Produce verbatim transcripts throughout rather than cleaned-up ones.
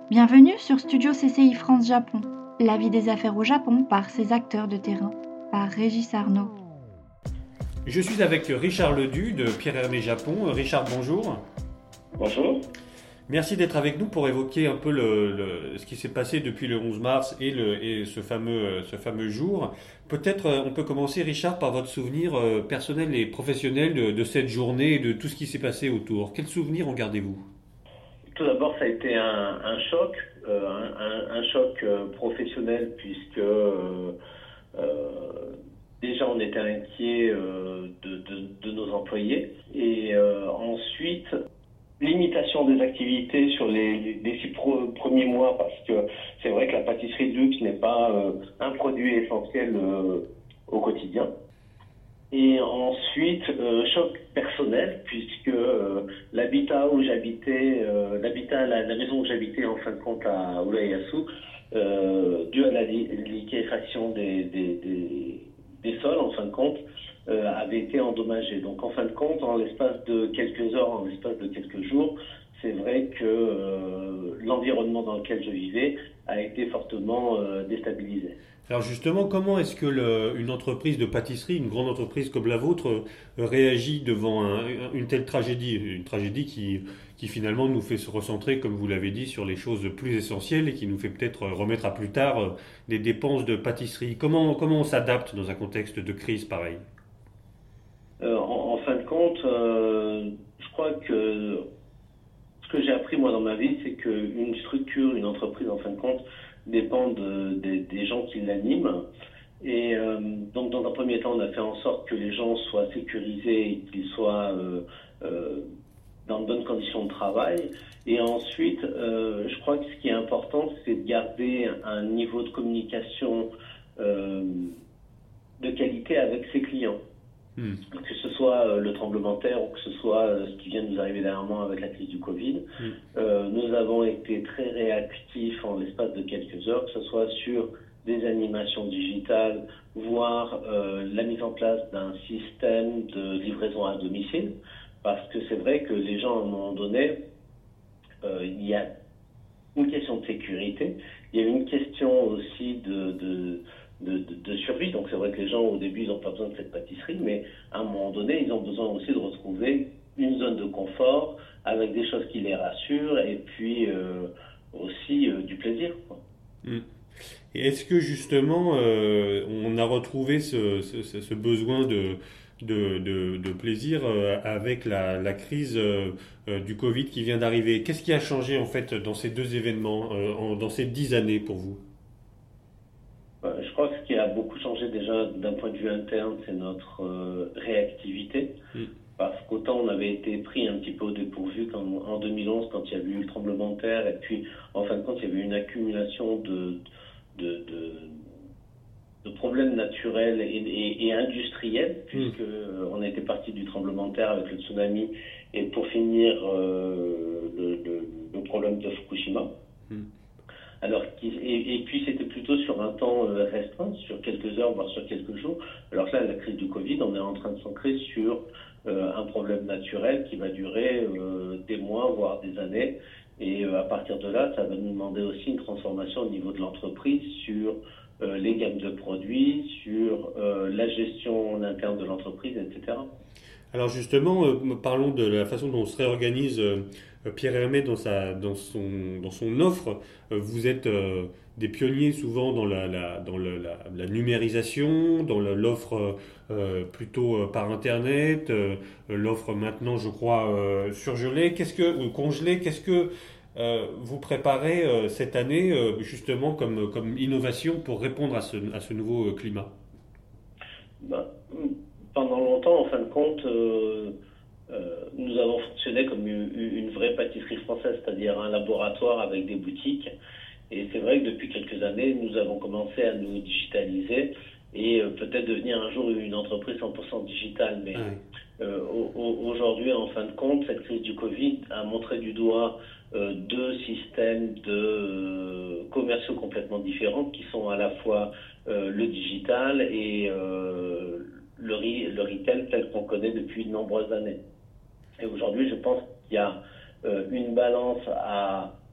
Bienvenue sur Studio C C I France Japon, la vie des affaires au Japon par ses acteurs de terrain, par Régis Arnaud. Je suis avec Richard Ledu de Pierre Hermé Japon. Richard, bonjour. Bonjour. Merci d'être avec nous pour évoquer un peu le, le, ce qui s'est passé depuis le onze mars et, le, et ce, fameux, ce fameux jour. Peut-être on peut commencer, Richard, par votre souvenir personnel et professionnel de, de cette journée et de tout ce qui s'est passé autour. Quels souvenirs en gardez-vous ? Tout d'abord, ça a été un, un choc, euh, un, un choc euh, professionnel puisque euh, euh, déjà on était inquiet euh, de, de, de nos employés et euh, ensuite limitation des activités sur les, les six pro, premiers mois parce que c'est vrai que la pâtisserie de luxe n'est pas euh, un produit essentiel euh, au quotidien. Et ensuite, euh, choc personnel, puisque euh, l'habitat où j'habitais, euh, l'habitat, la, la maison où j'habitais en fin de compte à Urayasu, euh, dû à la li- liquéfaction des, des, des, des sols, en fin de compte, euh, avait été endommagé. Donc en fin de compte, en l'espace de quelques heures, en l'espace de quelques jours, c'est vrai que euh, l'environnement dans lequel je vivais a été fortement euh, déstabilisé. Alors justement, comment est-ce que le, une entreprise de pâtisserie, une grande entreprise comme la vôtre, euh, réagit devant un, une telle tragédie, une tragédie qui, qui finalement nous fait se recentrer, comme vous l'avez dit, sur les choses plus essentielles et qui nous fait peut-être remettre à plus tard euh, des dépenses de pâtisserie. Comment, comment on s'adapte dans un contexte de crise pareil ? euh, en, en fin de compte, euh, je crois que ce que j'ai appris moi dans ma vie, c'est qu'une structure, une entreprise, en fin de compte, dépend de, de, des gens qui l'animent. Et euh, donc, dans un premier temps, on a fait en sorte que les gens soient sécurisés et qu'ils soient euh, euh, dans de bonnes conditions de travail. Et ensuite, euh, je crois que ce qui est important, c'est de garder un niveau de communication euh, de qualité avec ses clients. Mmh. Que ce soit euh, le tremblement de terre ou que ce soit euh, ce qui vient de nous arriver dernièrement avec la crise du Covid, mmh. euh, nous avons été très réactifs en l'espace de quelques heures, que ce soit sur des animations digitales, voire euh, la mise en place d'un système de livraison à domicile, parce que c'est vrai que les gens, à un moment donné, euh, il y a une question de sécurité, il y a une question aussi de... de De, de, de survie. Donc c'est vrai que les gens au début ils n'ont pas besoin de cette pâtisserie, mais à un moment donné ils ont besoin aussi de retrouver une zone de confort avec des choses qui les rassurent et puis euh, aussi euh, du plaisir, quoi. Mmh. Et est-ce que justement euh, on a retrouvé ce, ce, ce besoin de, de, de, de plaisir euh, avec la, la crise euh, du Covid qui vient d'arriver? Qu'est-ce qui a changé en fait dans ces deux événements, euh, en, dans ces dix années pour vous? Je crois que ce qui a beaucoup changé déjà d'un point de vue interne, c'est notre euh, réactivité. Mmh. Parce qu'autant on avait été pris un petit peu au dépourvu quand, en deux mille onze quand il y a eu le tremblement de terre et puis en fin de compte il y avait une accumulation de, de, de, de problèmes naturels et, et, et industriels mmh. puisque euh, on était parti du tremblement de terre avec le tsunami et pour finir euh, le, le, le problème de Fukushima. Mmh. Alors, et, et puis c'était plutôt sur un temps restreint, sur quelques heures, voire sur quelques jours. Alors là, la crise du Covid, on est en train de s'ancrer sur euh, un problème naturel qui va durer euh, des mois, voire des années. Et euh, à partir de là, ça va nous demander aussi une transformation au niveau de l'entreprise sur euh, les gammes de produits, sur euh, la gestion en interne de l'entreprise, et cetera. Alors justement, euh, parlons de la façon dont on se réorganise euh, Pierre Hermé dans, sa, dans, son, dans son offre. Euh, vous êtes euh, des pionniers souvent dans la, la, dans le, la, la numérisation, dans le, l'offre euh, plutôt euh, par Internet, euh, l'offre maintenant, je crois, euh, surgelée, qu'est-ce que, ou congelée. Qu'est-ce que euh, vous préparez euh, cette année euh, justement comme, comme innovation pour répondre à ce, à ce nouveau climat? Ben, pendant longtemps, en fin de compte, euh, euh, nous avons fonctionné comme une, une vraie pâtisserie française, c'est-à-dire un laboratoire avec des boutiques. Et c'est vrai que depuis quelques années, nous avons commencé à nous digitaliser et euh, peut-être devenir un jour une entreprise cent pour cent digitale. Mais oui. euh, au, aujourd'hui, en fin de compte, cette crise du Covid a montré du doigt euh, deux systèmes de euh, commerciaux complètement différents qui sont à la fois euh, le digital et euh, le, le retail tel qu'on connaît depuis de nombreuses années. Et aujourd'hui, je pense qu'il y a euh, une balance à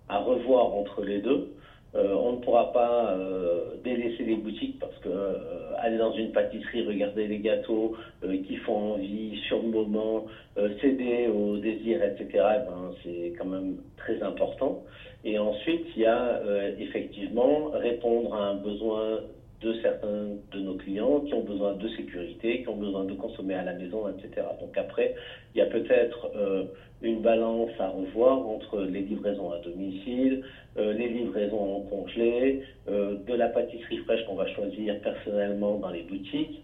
à revoir entre les deux. Euh, on ne pourra pas euh, délaisser les boutiques parce que euh, aller dans une pâtisserie, regarder les gâteaux euh, qui font envie sur le moment, euh, céder aux désirs, et cetera, eh ben, c'est quand même très important. Et ensuite, il y a euh, effectivement répondre à un besoin de certains de nos clients qui ont besoin de sécurité, qui ont besoin de consommer à la maison, et cetera. Donc après, il y a peut-être euh, une balance à revoir entre les livraisons à domicile, euh, les livraisons en congelé, euh, de la pâtisserie fraîche qu'on va choisir personnellement dans les boutiques.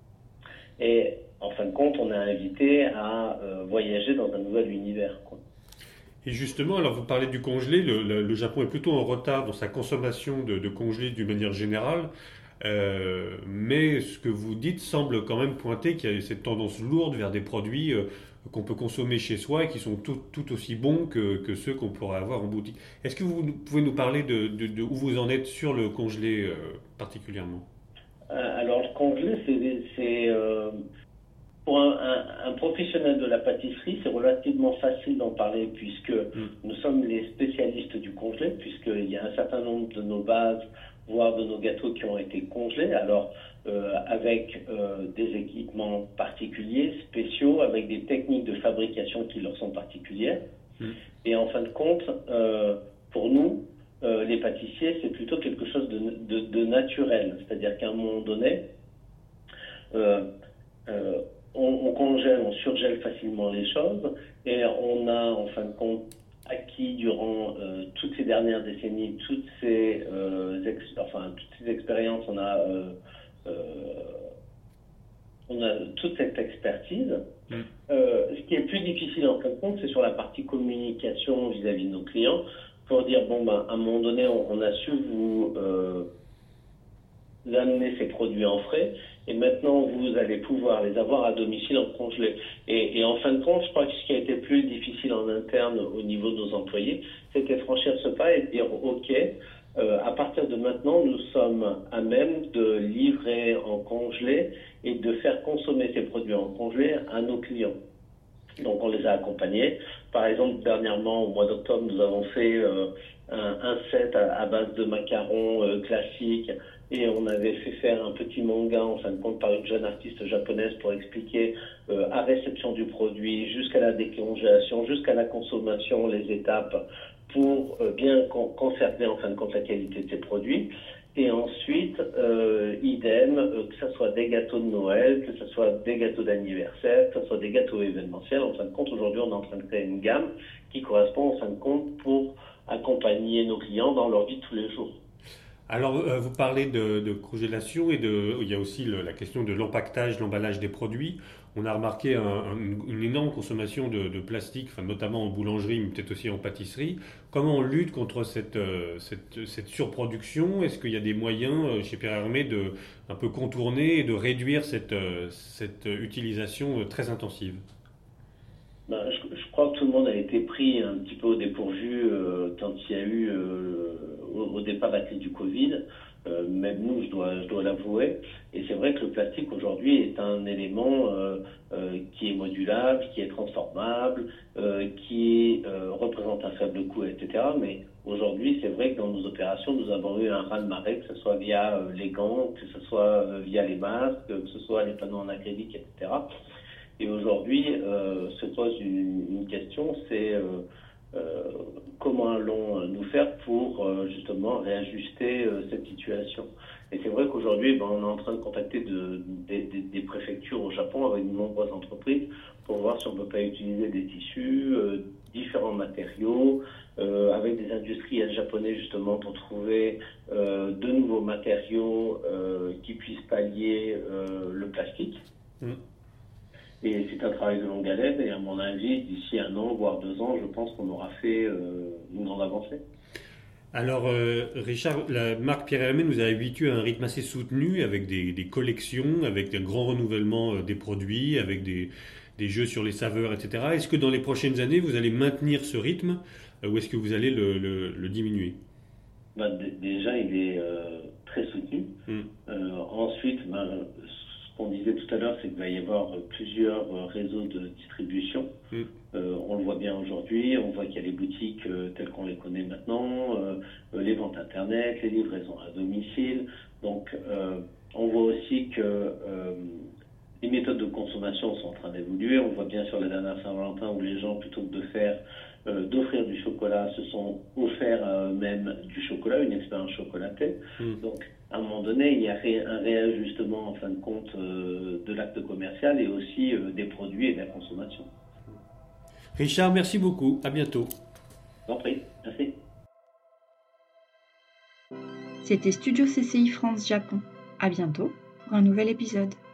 Et en fin de compte, on est invité à euh, voyager dans un nouvel univers, quoi. Et justement, alors vous parlez du congelé, le, le- le Japon est plutôt en retard dans sa consommation de, de congelé d'une manière générale, euh, mais ce que vous dites semble quand même pointer qu'il y a cette tendance lourde vers des produits euh, qu'on peut consommer chez soi et qui sont tout, tout aussi bons que, que ceux qu'on pourrait avoir en boutique. Est-ce que vous nous- pouvez nous parler de, de- de où vous en êtes sur le congelé euh, particulièrement? Euh, alors le congelé, c'est c'est, euh, pour un, un- un professionnel de la pâtisserie, c'est relativement facile d'en parler puisque Hmm. nous sommes les spécialistes du congelé, puisqu'il y a un certain nombre de nos bases, voire de nos gâteaux qui ont été congelés. Alors, euh, avec euh, des équipements particuliers, spéciaux, avec des techniques de fabrication qui leur sont particulières. Hmm. Et en fin de compte, euh, pour nous, euh, les pâtissiers, c'est plutôt quelque chose de, de- de naturel. C'est-à-dire qu'à un moment donné, euh, euh, on, on congèle, on surgèle facilement les choses et on a en fin de compte acquis durant euh, toutes ces dernières décennies, toutes ces, euh, ex- enfin, toutes ces expériences, on a, euh, euh, on a toute cette expertise. Mm. Euh, ce qui est plus difficile en fin de compte, c'est sur la partie communication vis-à-vis de nos clients pour dire, bon, ben, à un moment donné, on, on a su vous... Euh, amener ces produits en frais et maintenant vous allez pouvoir les avoir à domicile en congelé. Et, et en fin de compte, je crois que ce qui a été plus difficile en interne au niveau de nos employés, c'était de franchir ce pas et de dire ok, euh, à partir de maintenant, nous sommes à même de livrer en congelé et de faire consommer ces produits en congelé à nos clients. Donc on les a accompagnés. Par exemple, dernièrement, au mois d'octobre, nous avons fait euh, un, un set à, à base de macarons euh, classiques et on avait fait faire un petit manga en fin de compte par une jeune artiste japonaise pour expliquer euh, à réception du produit jusqu'à la décongélation, jusqu'à la consommation, les étapes pour euh, bien con- conserver en fin de compte la qualité de ces produits. Et ensuite, euh, idem, euh, que ce soit des gâteaux de Noël, que ce soit des gâteaux d'anniversaire, que ce soit des gâteaux événementiels. En fin de compte, aujourd'hui, on est en train de créer une gamme qui correspond en fin de compte pour accompagner nos clients dans leur vie de tous les jours. Alors, euh, vous parlez de, de congélation et de, il y a aussi le- la question de l'empaquetage, l'emballage des produits. On a remarqué un- un- une énorme consommation de, de plastique, enfin, notamment en boulangerie, mais peut-être aussi en pâtisserie. Comment on lutte contre cette, euh, cette, cette surproduction? Est-ce qu'il y a des moyens euh, chez Pierre Hermé de un peu contourner et de réduire cette, euh, cette utilisation euh, très intensive? Ben, je, je crois que tout le monde a été pris un petit peu au dépourvu euh, quand il y a eu euh, au, au départ la crise du Covid. Euh, même nous, je dois, je dois l'avouer. Et c'est vrai que le plastique aujourd'hui est un élément euh, euh, qui est modulable, qui est transformable, euh, qui euh, représente un faible coût, et cetera. Mais aujourd'hui, c'est vrai que dans nos opérations, nous avons eu un raz-de-marée, que ce soit via euh, les gants, que ce soit euh, via les masques, que ce soit les panneaux en acrylique, et cetera. Et aujourd'hui, euh, se pose une, une question, c'est euh, euh, comment allons-nous faire pour euh, justement réajuster euh, cette situation. Et c'est vrai qu'aujourd'hui, ben, on est en train de contacter de, des, des, des préfectures au Japon avec de nombreuses entreprises pour voir si on ne peut pas utiliser des tissus, euh, différents matériaux, euh, avec des industriels japonais justement pour trouver euh, de nouveaux matériaux euh, qui puissent pallier euh, le plastique. Mm. Et c'est un travail de longue haleine et à mon avis, d'ici un an, voire deux ans, je pense qu'on aura fait euh, une grande avancée. Alors, euh, Richard, la marque Pierre Hermé nous a habitués à un rythme assez soutenu, avec des, des collections, avec un grand renouvellement euh, des produits, avec des, des jeux sur les saveurs, et cetera. Est-ce que dans les prochaines années, vous allez maintenir ce rythme euh, ou est-ce que vous allez le, le- le diminuer? Ben, d- déjà, il est euh, très soutenu. Hmm. Euh, ensuite, ben, ce qu'on disait tout à l'heure, c'est qu'il va y avoir plusieurs réseaux de distribution. Mm. Euh, on le voit bien aujourd'hui, on voit qu'il y a les boutiques euh, telles qu'on les connaît maintenant, euh, les ventes internet, les livraisons à domicile. Donc euh, on voit aussi que euh, les méthodes de consommation sont en train d'évoluer. On voit bien sur la dernière Saint-Valentin où les gens, plutôt que de faire euh, d'offrir du chocolat, se sont offerts à eux-mêmes du chocolat, une expérience chocolatée. Mm. Donc à un moment donné, il y a un réajustement en fin de compte euh, de l'acte commercial et aussi euh, des produits et de la consommation. Richard, merci beaucoup. À bientôt. J'en prie. Merci. C'était Studio C C I France Japon. À bientôt pour un nouvel épisode.